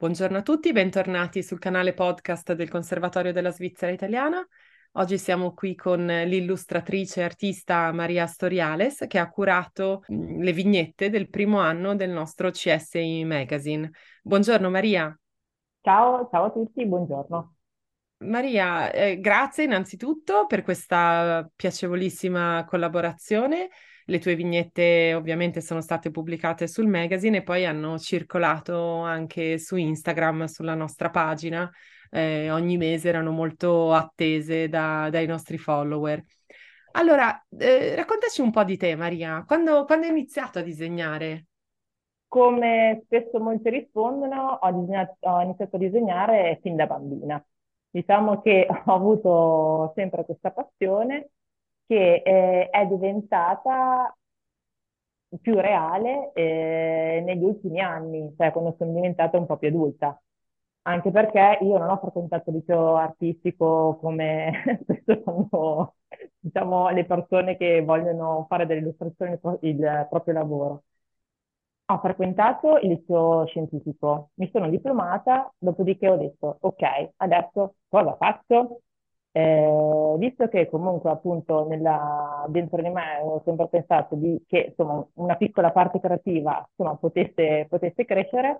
Buongiorno a tutti, bentornati sul canale podcast del Conservatorio della Svizzera Italiana. Oggi siamo qui con l'illustratrice e artista Maria Storiales che ha curato le vignette del primo anno del nostro CSI Magazine. Buongiorno Maria. Ciao, ciao a tutti, buongiorno. Maria, grazie innanzitutto per questa piacevolissima collaborazione. Le tue vignette ovviamente sono state pubblicate sul magazine e poi hanno circolato anche su Instagram, sulla nostra pagina. Ogni mese erano molto attese dai nostri follower. Allora, raccontaci un po' di te, Maria. Quando hai iniziato a disegnare? Come spesso molti rispondono, ho iniziato a disegnare fin da bambina. Diciamo che ho avuto sempre questa passione che è diventata più reale negli ultimi anni, cioè quando sono diventata un po' più adulta. Anche perché io non ho frequentato il liceo artistico come spesso fanno, diciamo, le persone che vogliono fare delle illustrazioni il proprio lavoro. Ho frequentato il liceo scientifico, mi sono diplomata, dopodiché ho detto, ok, adesso cosa faccio? Visto che comunque appunto dentro di me ho sempre pensato che insomma, una piccola parte creativa insomma, potesse crescere,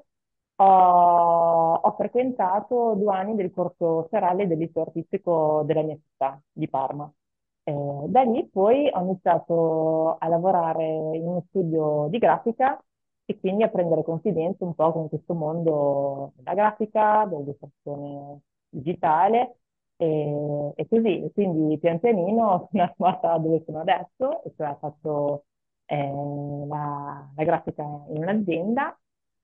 ho frequentato 2 anni del corso serale del liceo artistico della mia città, di Parma. Da lì poi ho iniziato a lavorare in uno studio di grafica e quindi a prendere confidenza un po' con questo mondo della grafica, dell'illustrazione digitale e così. Quindi pian pianino sono arrivata dove sono adesso, e cioè faccio la grafica in un'azienda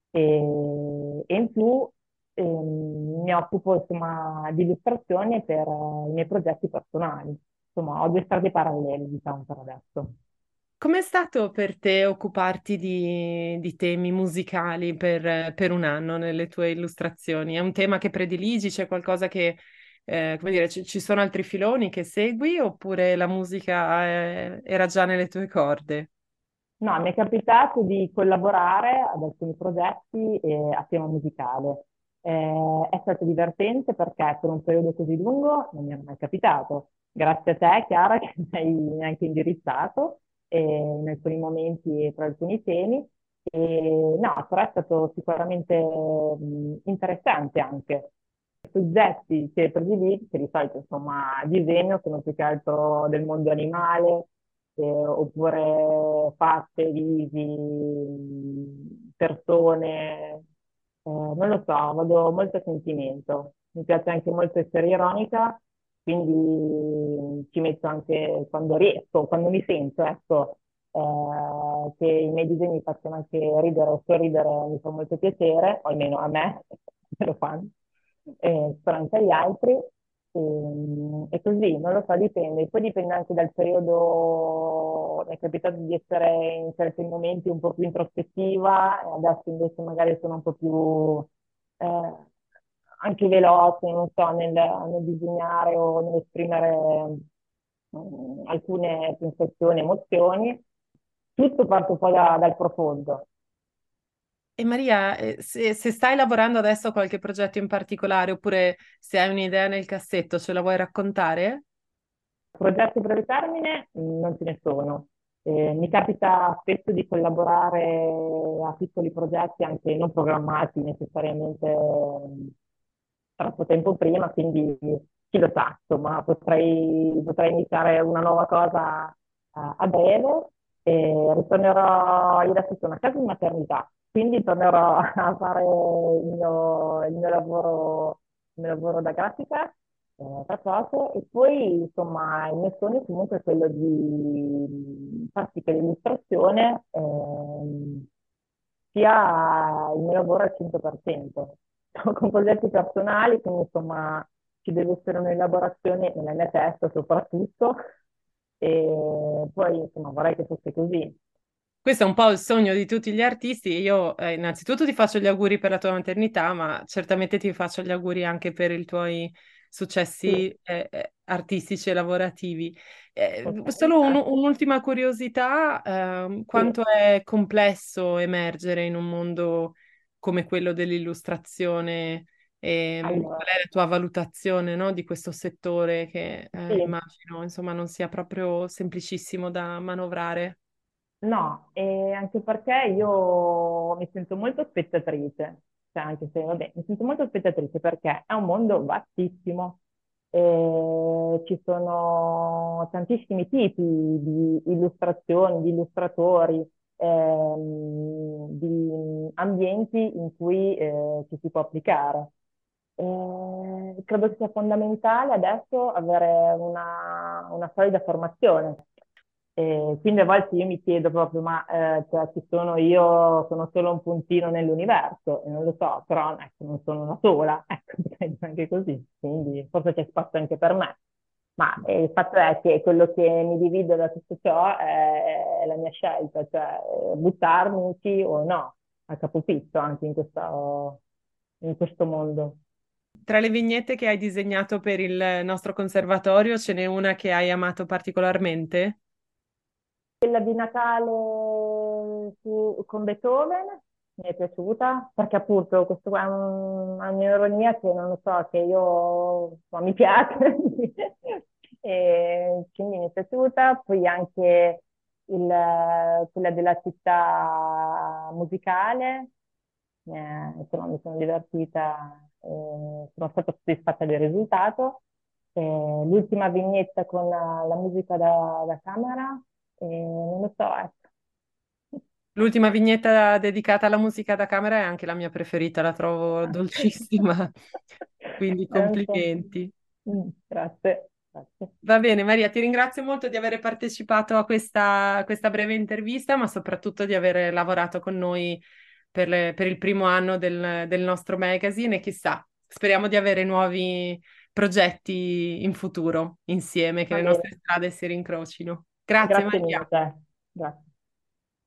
e in più mi occupo insomma di illustrazione per i miei progetti personali. Insomma, ho due strade parallele, diciamo, per adesso. Com'è stato per te occuparti di temi musicali per un anno nelle tue illustrazioni? È un tema che prediligi? C'è qualcosa che, come dire, ci sono altri filoni che segui oppure la musica, era già nelle tue corde? No, mi è capitato di collaborare ad alcuni progetti a tema musicale. È stato divertente perché per un periodo così lungo non mi era mai capitato. Grazie a te, Chiara, che mi hai anche indirizzato in alcuni momenti e per alcuni temi. No, però è stato sicuramente interessante anche. I soggetti che prediligi, che di solito insomma disegno, sono più che altro del mondo animale, oppure fatte, visi, persone, non lo so, vado molto a sentimento. Mi piace anche molto essere ironica, quindi ci metto anche quando riesco, quando mi sento, ecco, che i miei disegni facciano anche ridere o sorridere, mi fa molto piacere, o almeno a me, me lo fanno, spero anche agli altri. E così, non lo so, dipende. Poi dipende anche dal periodo. Mi è capitato di essere in certi momenti un po' più introspettiva, e adesso invece magari sono un po' più eh, anche veloce, non so, nel disegnare o nell'esprimere alcune sensazioni, emozioni. Tutto parte poi dal profondo. E Maria, se stai lavorando adesso a qualche progetto in particolare oppure se hai un'idea nel cassetto, ce la vuoi raccontare? Progetti a breve termine non ce ne sono. Mi capita spesso di collaborare a piccoli progetti anche non programmati necessariamente troppo tempo prima, quindi chi lo sa, insomma, potrei iniziare una nuova cosa a breve e ritornerò, io adesso sono a casa in maternità, quindi tornerò a fare il mio lavoro da grafica tra poco e poi insomma il mio sogno comunque è quello di far sì che l'illustrazione sia il mio lavoro al 100%. Con progetti personali, quindi insomma ci deve essere un'elaborazione nella mia testa soprattutto e poi insomma vorrei che fosse così. Questo è un po' il sogno di tutti gli artisti. Io innanzitutto ti faccio gli auguri per la tua maternità, ma certamente ti faccio gli auguri anche per i tuoi Sì, successi artistici e lavorativi. ok, Solo grazie. un'ultima curiosità, Sì. quanto è complesso emergere in un mondo come quello dell'illustrazione. Qual Allora, è la tua valutazione, no, di questo settore che sì. immagino, insomma, non sia proprio semplicissimo da manovrare? No, e anche perché io mi sento molto spettatrice, cioè anche se, vabbè, mi sento molto spettatrice perché è un mondo vastissimo, e ci sono tantissimi tipi di illustrazioni, di illustratori, di ambienti in cui ci si può applicare. Credo che sia fondamentale adesso avere una solida formazione. Quindi a volte io mi chiedo proprio, ma cioè, ci sono io, sono solo un puntino nell'universo, e non lo so, però ecco, non sono una sola, ecco, potrei dire anche così, quindi forse c'è spazio anche per me. Ma il fatto è che quello che mi divide da tutto ciò è la mia scelta, cioè buttarmi sì o no, a capofitto anche in questo mondo. Tra le vignette che hai disegnato per il nostro conservatorio, ce n'è una che hai amato particolarmente? Quella di Natale con Beethoven mi è piaciuta perché appunto questo qua è una un'ironia che non lo so, che io ma mi piace e quindi mi è piaciuta. Poi anche quella della città musicale, insomma mi sono divertita, sono stata soddisfatta del risultato. L'ultima vignetta con la musica da camera, non lo so, ecco. L'ultima vignetta dedicata alla musica da camera è anche la mia preferita, la trovo dolcissima, quindi Non so. complimenti. Grazie, grazie. Va bene, Maria, ti ringrazio molto di aver partecipato a questa breve intervista, ma soprattutto di aver lavorato con noi per il primo anno del nostro magazine e chissà, speriamo di avere nuovi progetti in futuro insieme, che Va le bene, nostre strade si rincrocino. Grazie, grazie mille a Maria. te. Grazie.